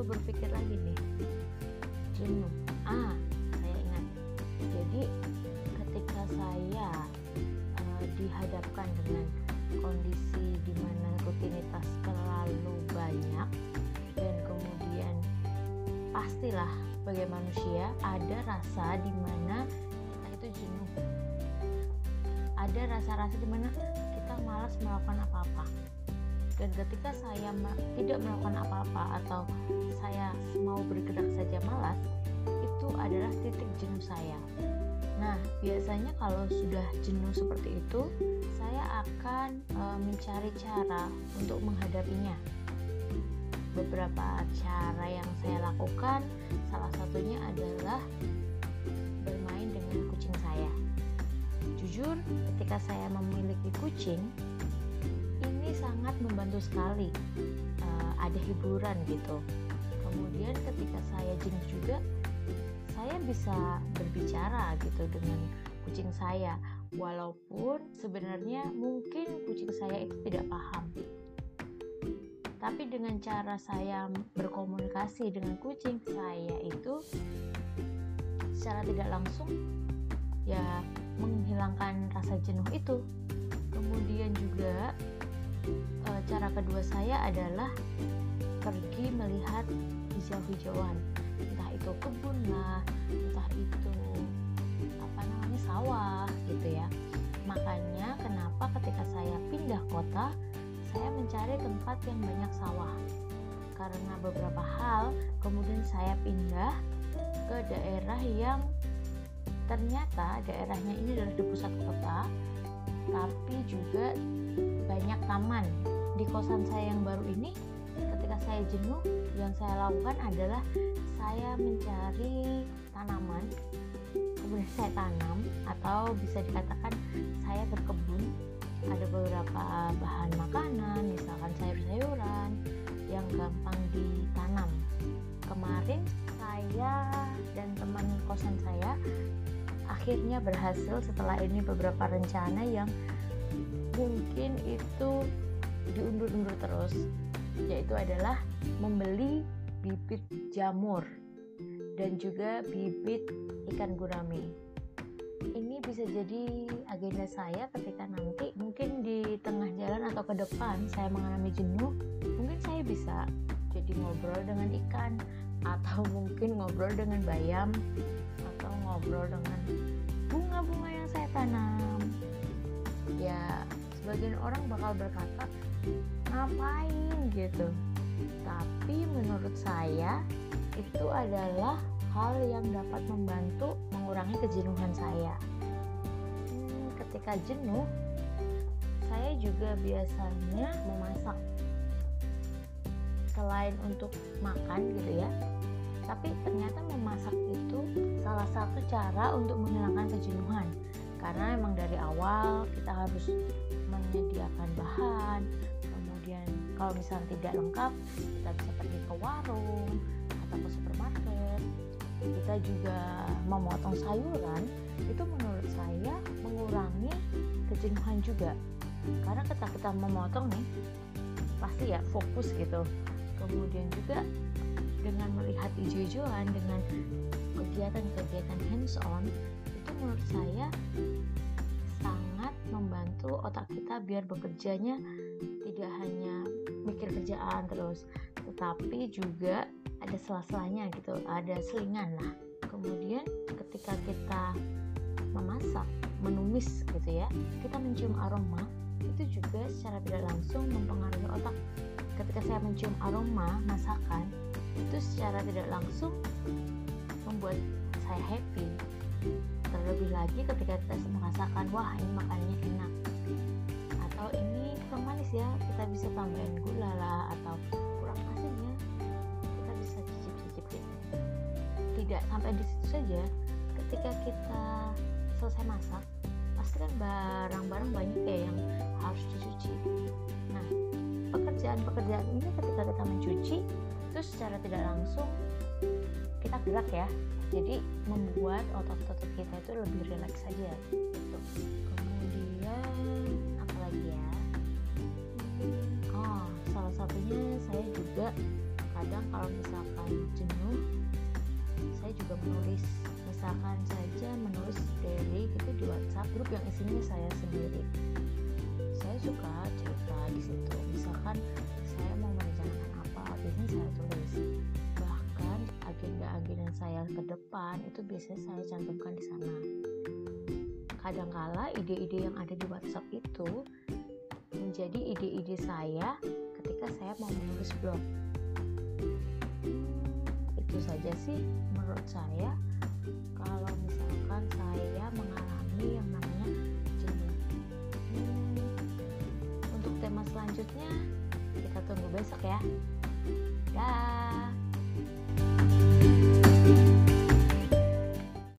berpikir lagi nih, jenuh. Saya ingat. Jadi ketika saya dihadapkan dengan kondisi di mana rutinitas terlalu banyak, dan kemudian pastilah sebagai manusia ada rasa di mana kita itu jenuh. Ada rasa-rasa di mana kita malas melakukan apa-apa. Dan ketika saya tidak melakukan apa-apa atau saya mau bergerak saja malas, itu adalah titik jenuh saya. Nah, biasanya kalau sudah jenuh seperti itu, saya akan mencari cara untuk menghadapinya. Beberapa cara yang saya lakukan, salah satunya adalah bermain dengan kucing saya. Jujur, ketika saya memiliki kucing, ini sangat membantu sekali. Ada hiburan gitu. Kemudian ketika saya jenuh juga, saya bisa berbicara gitu dengan kucing saya, walaupun sebenarnya mungkin kucing saya itu tidak paham. Tapi dengan cara saya berkomunikasi dengan kucing saya itu secara tidak langsung ya menghilangkan rasa jenuh itu. Kemudian juga cara kedua saya adalah pergi melihat hijau-hijauan, entah itu kebun lah, entah itu sawah gitu ya. Makanya kenapa ketika saya pindah kota, saya mencari tempat yang banyak sawah. Karena beberapa hal, kemudian saya pindah ke daerah yang ternyata daerahnya ini adalah di pusat kota, tapi juga banyak taman. Di kosan saya yang baru ini, ketika saya jenuh, yang saya lakukan adalah saya mencari tanaman, kemudian saya tanam, atau bisa dikatakan saya berkebun. Ada beberapa bahan makanan, misalkan sayur-sayuran yang gampang ditanam. Kemarin saya dan teman kosan saya akhirnya berhasil setelah ini beberapa rencana yang mungkin itu diundur-undur terus, yaitu adalah membeli bibit jamur dan juga bibit ikan gurame. Ini bisa jadi agenda saya ketika nanti mungkin di tengah jalan atau ke depan saya mengalami jenuh, mungkin saya bisa jadi ngobrol dengan ikan, atau mungkin ngobrol dengan bayam, atau ngobrol dengan bunga-bunga yang saya tanam. Ya, sebagian orang bakal berkata, ngapain gitu. Tapi menurut saya itu adalah hal yang dapat membantu mengurangi kejenuhan saya. Ketika jenuh, saya juga biasanya memasak. Selain untuk makan gitu ya, tapi ternyata memasak itu salah satu cara untuk menghilangkan kejenuhan. Karena memang dari awal kita harus menyediakan bahan, kemudian kalau misalnya tidak lengkap, kita bisa pergi ke warung atau ke supermarket. Kita juga memotong sayuran, itu menurut saya mengurangi kejenuhan juga. Karena ketika kita memotong nih, pasti ya fokus gitu. Kemudian juga dengan melihat hijau-hijauan, dengan kegiatan-kegiatan hands-on, itu menurut saya sangat membantu otak kita biar bekerjanya tidak hanya mikir kerjaan terus, tetapi juga ada sela-selanya gitu, ada selingan lah. Kemudian ketika kita memasak, menumis gitu ya, kita mencium aroma, itu juga secara tidak langsung mempengaruhi otak. Ketika saya mencium aroma masakan, itu secara tidak langsung membuat saya happy. Terlebih lagi ketika kita merasakan, wah ini makanannya enak, atau ini kurang manis ya, kita bisa tambahin gula lah, atau kurang asin ya, kita bisa cicip-cicip gitu. Tidak sampai di situ saja, ketika kita selesai masak, pasti kan barang-barang banyak ya yang harus dicuci. Nah, pekerjaan ini ketika kita mencuci, itu secara tidak langsung kita gerak ya, jadi membuat otot-otot kita itu lebih rileks saja gitu. Kemudian apa lagi ya, salah satunya saya juga kadang kalau misalkan jenuh, saya juga menulis, misalkan saja menulis diary gitu di WhatsApp grup yang isinya saya sendiri. Saya suka cerita di situ, misalkan saya mau merencanakan apa, biasanya saya tulis. Bahkan agenda-agenda saya ke depan itu biasanya saya cantumkan di sana. Kadangkala ide-ide yang ada di WhatsApp itu menjadi ide-ide saya ketika saya mau menulis blog. Itu saja sih menurut saya kalau misalkan saya mengalami yang namanya jenuh. Untuk tema selanjutnya kita tunggu besok ya.